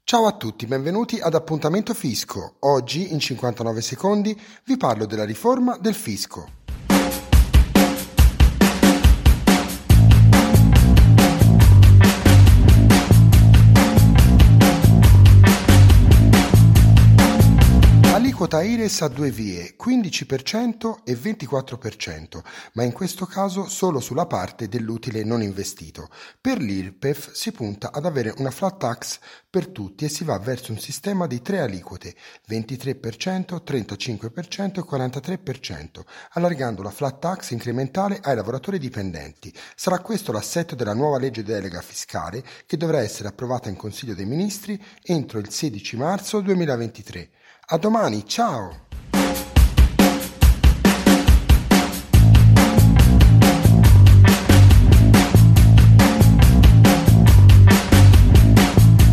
Ciao a tutti, benvenuti ad Appuntamento Fisco. Oggi, in 59 secondi, vi parlo della riforma del fisco. Aliquota IRES a due vie, 15% e 24%, ma in questo caso solo sulla parte dell'utile non investito. Per l'IRPEF si punta ad avere una flat tax per tutti e si va verso un sistema di tre aliquote, 23%, 35% e 43%, allargando la flat tax incrementale ai lavoratori dipendenti. Sarà questo l'assetto della nuova legge delega fiscale che dovrà essere approvata in Consiglio dei Ministri entro il 16 marzo 2023. A domani, ciao!